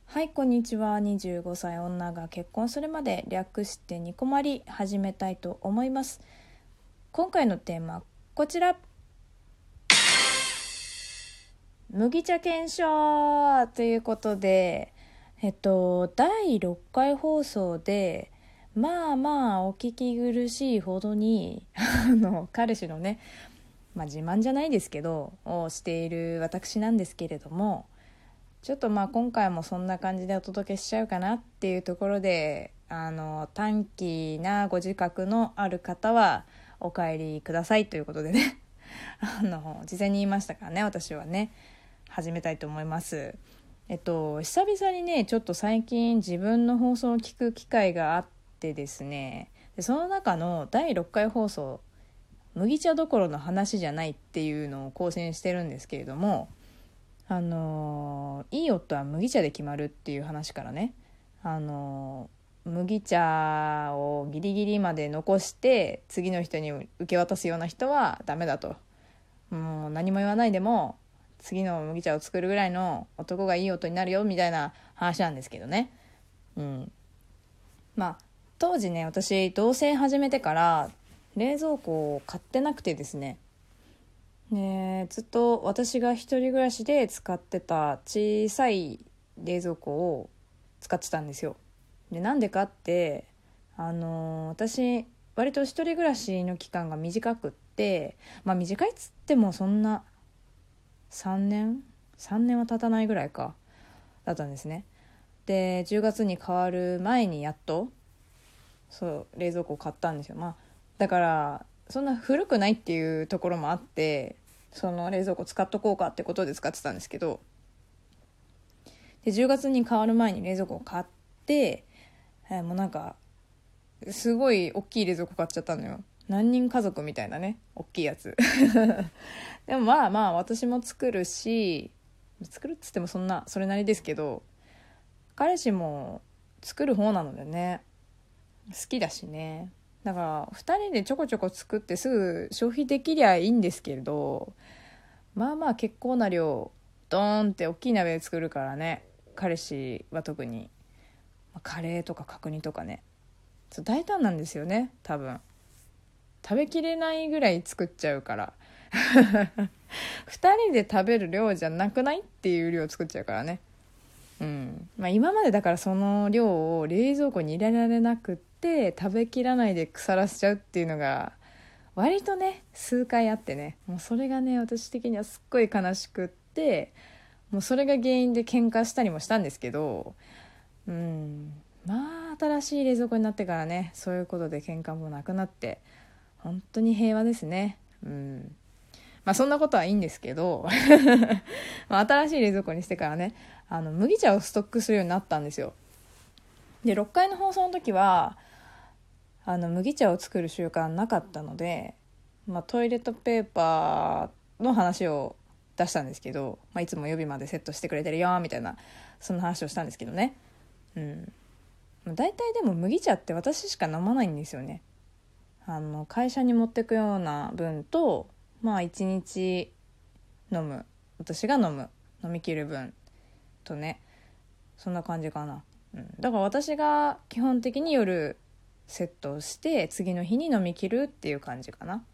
はい、こんにちは。25歳女が結婚するまで略してニコマリ始めたいと思います。今回のテーマこちら、麦茶検証ということで、第6回放送でまあまあお聞き苦しいほどに彼氏のね、自慢じゃないですけどをしている私なんですけれども、ちょっと今回もそんな感じでお届けしちゃうかなっていうところで、短気なご自覚のある方はお帰りくださいということでね事前に言いましたからね、私はね始めたいと思います。久々にねちょっと最近自分の放送を聞く機会があってですね、でその中の第6回放送麦茶どころの話じゃないっていうのを更新してるんですけれども、いい夫は麦茶で決まるっていう話からね、麦茶をギリギリまで残して次の人に受け渡すような人はダメだと、もう何も言わないでも次の麦茶を作るぐらいの男がいい夫になるよみたいな話なんですけどね。当時ね、私同棲始めてから冷蔵庫を買ってなくてですね、ずっと私が一人暮らしで使ってた小さい冷蔵庫を使ってたんですよ。でなんでかって、私割と一人暮らしの期間が短くって、短いっつってもそんな3年は経たないぐらいかだったんですね。で10月に変わる前にやっとそう冷蔵庫を買ったんですよ。だからそんな古くないっていうところもあって、その冷蔵庫使っとこうかってことで使ってたんですけど、で10月に変わる前に冷蔵庫を買って、もうなんかすごい大きい冷蔵庫買っちゃったのよ。何人家族みたいなね、大きいやつでも私も作るし、作るっつってもそれなりですけど、彼氏も作る方なのでね、好きだしね、だから2人でちょこちょこ作ってすぐ消費できりゃいいんですけれど、結構な量ドーンって大きい鍋で作るからね、彼氏は特にカレーとか角煮とかね、大胆なんですよね。多分食べきれないぐらい作っちゃうから2人で食べる量じゃなくないっていう量作っちゃうからね。今までだからその量を冷蔵庫に入れられなくって食べきらないで腐らせちゃうっていうのが割とね数回あってね、もうそれがね私的にはすっごい悲しくって、もうそれが原因で喧嘩したりもしたんですけど、新しい冷蔵庫になってからねそういうことで喧嘩もなくなって本当に平和ですね。そんなことはいいんですけど新しい冷蔵庫にしてからね、麦茶をストックするようになったんですよ。で6回の放送の時は麦茶を作る習慣なかったので、トイレットペーパーの話を出したんですけど、いつも予備までセットしてくれてるよみたいな、そんな話をしたんですけどね。大体でも麦茶って私しか飲まないんですよね。会社に持ってくような分と、1日私が飲み切る分とね、そんな感じかな。だから私が基本的に夜セットをして次の日に飲み切るっていう感じかな。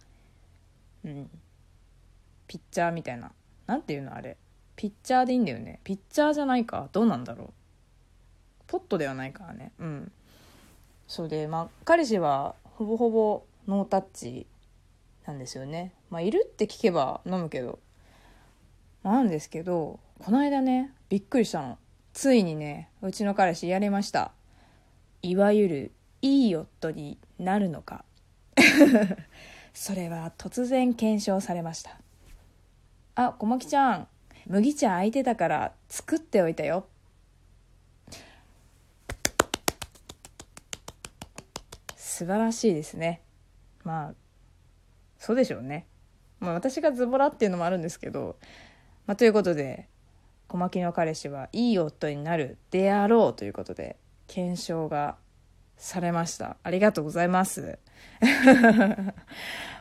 ピッチャーみたいな、なんていうのあれ、ピッチャーでいいんだよね。ピッチャーじゃないか、どうなんだろう、ポットではないからね。そうで、彼氏はほぼほぼノータッチなんですよね。いるって聞けば飲むけど、なんですけど、この間ねびっくりしたの。ついにねうちの彼氏やりました。いわゆるいい夫になるのかそれは突然検証されました。小牧ちゃん、麦茶空いてたから作っておいたよ。素晴らしいですね。そうでしょうね。私がズボラっていうのもあるんですけど、ということで小牧の彼氏はいい夫になるであろうということで検証がされました。ありがとうございます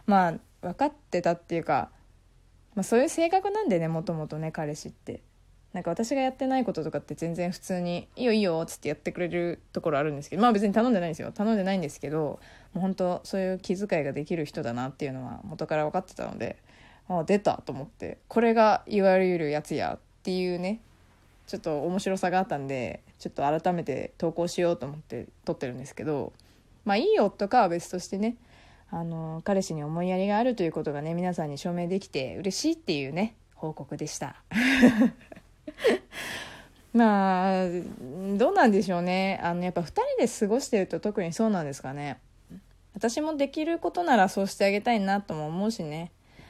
分かってたっていうか、そういう性格なんでね、もともとね彼氏ってなんか私がやってないこととかって全然普通にいいよいいよっつってやってくれるところあるんですけど、まあ別に頼んでないんですよ、頼んでないんですけど、もう本当そういう気遣いができる人だなっていうのは元から分かってたので、あ出たと思って、これがいわゆるやつやっていうね、ちょっと面白さがあったんで、ちょっと改めて投稿しようと思って撮ってるんですけど、まあいいよとかは別としてね、彼氏に思いやりがあるということがね、皆さんに証明できて嬉しいっていうね報告でしたまあどうなんでしょうね。やっぱ2人で過ごしてると特にそうなんですかね。私もできることならそうしてあげたいなとも思うしね。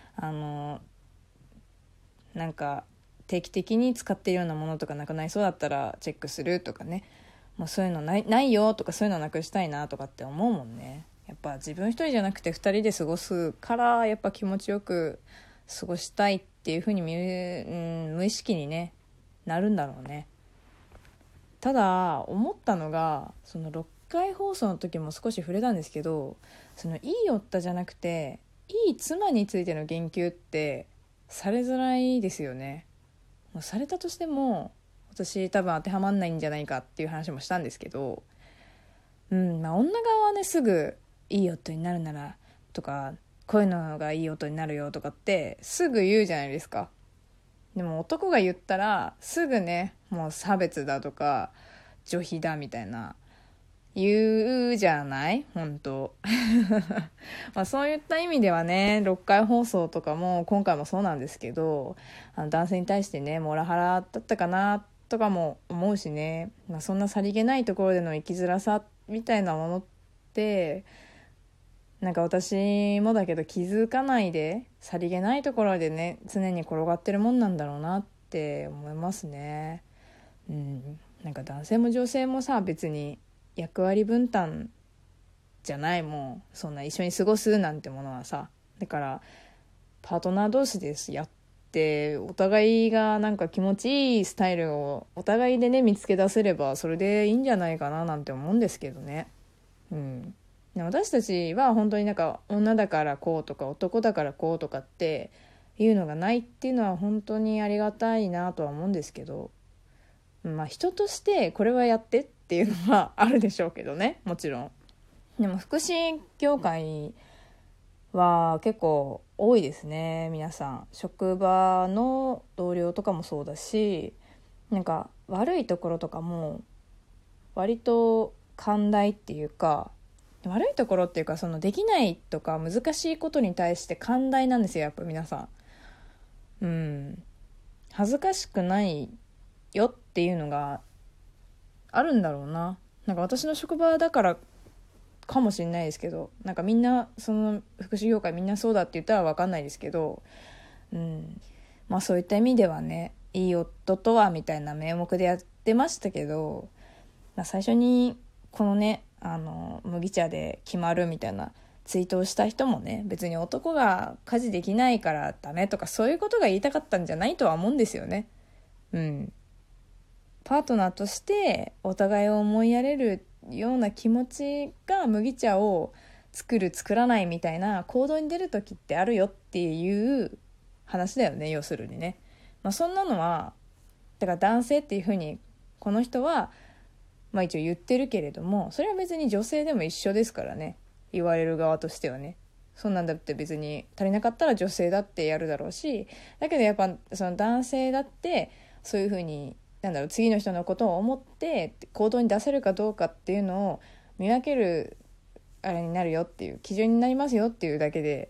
なんか定期的に使っているようなものとかなくなりそうだったらチェックするとかね、もうそういうのないよとか、そういうのなくしたいなとかって思うもんね。やっぱ自分一人じゃなくて二人で過ごすからやっぱ気持ちよく過ごしたいっていう風に無意識にねなるんだろうね。ただ思ったのが、その6回放送の時も少し触れたんですけど、そのいい夫じゃなくていい妻についての言及ってされづらいですよね。されたとしても私多分当てはまんないんじゃないかっていう話もしたんですけど、まあ女側はねすぐいい夫になるならとか、こういうのがいい夫になるよとかってすぐ言うじゃないですか。でも男が言ったらすぐね、もう差別だとか女卑だみたいな言うじゃない本当まあそういった意味ではね、6回放送とかも今回もそうなんですけど、男性に対してねモラハラだったかなとかも思うしね、まあ、そんなさりげないところでの生きづらさみたいなものってなんか私もだけど気づかないでさりげないところでね常に転がってるもんなんだろうなって思いますね。なんか男性も女性もさ別に役割分担じゃない、もうそんな一緒に過ごすなんてものはさ、だからパートナー同士ですやってお互いがなんか気持ちいいスタイルをお互いでね見つけ出せればそれでいいんじゃないかななんて思うんですけどね。私たちは本当になんか女だからこうとか男だからこうとかっていうのがないっていうのは本当にありがたいなとは思うんですけど、まあ人としてこれはやってっていうのはあるでしょうけどね、もちろん。でも福祉業界は結構多いですね。皆さん職場の同僚とかもそうだし、なんか悪いところとかも割と寛大っていうか、悪いところっていうか、そのできないとか難しいことに対して寛大なんですよ、やっぱ皆さん。恥ずかしくないよっていうのがあるんだろうな。なんか私の職場だからかもしれないですけど、なんかみんなその福祉業界みんなそうだって言ったら分かんないですけど、まあそういった意味ではね、いい夫とはみたいな名目でやってましたけど、まあ、最初にこのね麦茶で決まるみたいなツイートをした人もね、別に男が家事できないからダメとかそういうことが言いたかったんじゃないとは思うんですよね。パートナーとしてお互いを思いやれるような気持ちが麦茶を作る作らないみたいな行動に出る時ってあるよっていう話だよね、要するにね。まあ、そんなのはだから男性っていうふうにこの人はまあ一応言ってるけれども、それは別に女性でも一緒ですからね、言われる側としてはね。そんなんだって別に足りなかったら女性だってやるだろうし、だけどやっぱその男性だってそういうふうに次の人のことを思って行動に出せるかどうかっていうのを見分けるあれになるよっていう基準になりますよっていうだけで、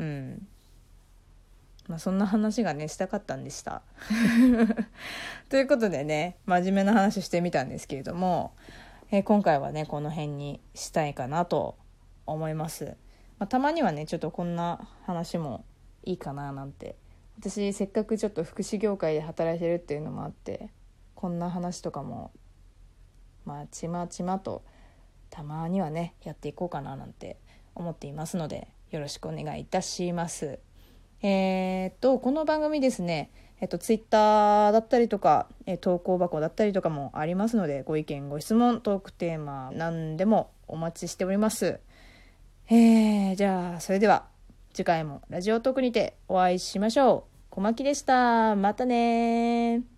まあそんな話がねしたかったんでしたということでね、真面目な話してみたんですけれども、今回はねこの辺にしたいかなと思います。たまにはねちょっとこんな話もいいかななんて、私せっかくちょっと福祉業界で働いてるっていうのもあって、こんな話とかもまあちまちまとたまにはねやっていこうかななんて思っていますので、よろしくお願いいたします。この番組ですね、ツイッターだったりとか、投稿箱だったりとかもありますので、ご意見ご質問トークテーマ何でもお待ちしております。じゃあそれでは次回もラジオトークにてお会いしましょう。小牧でした。またね。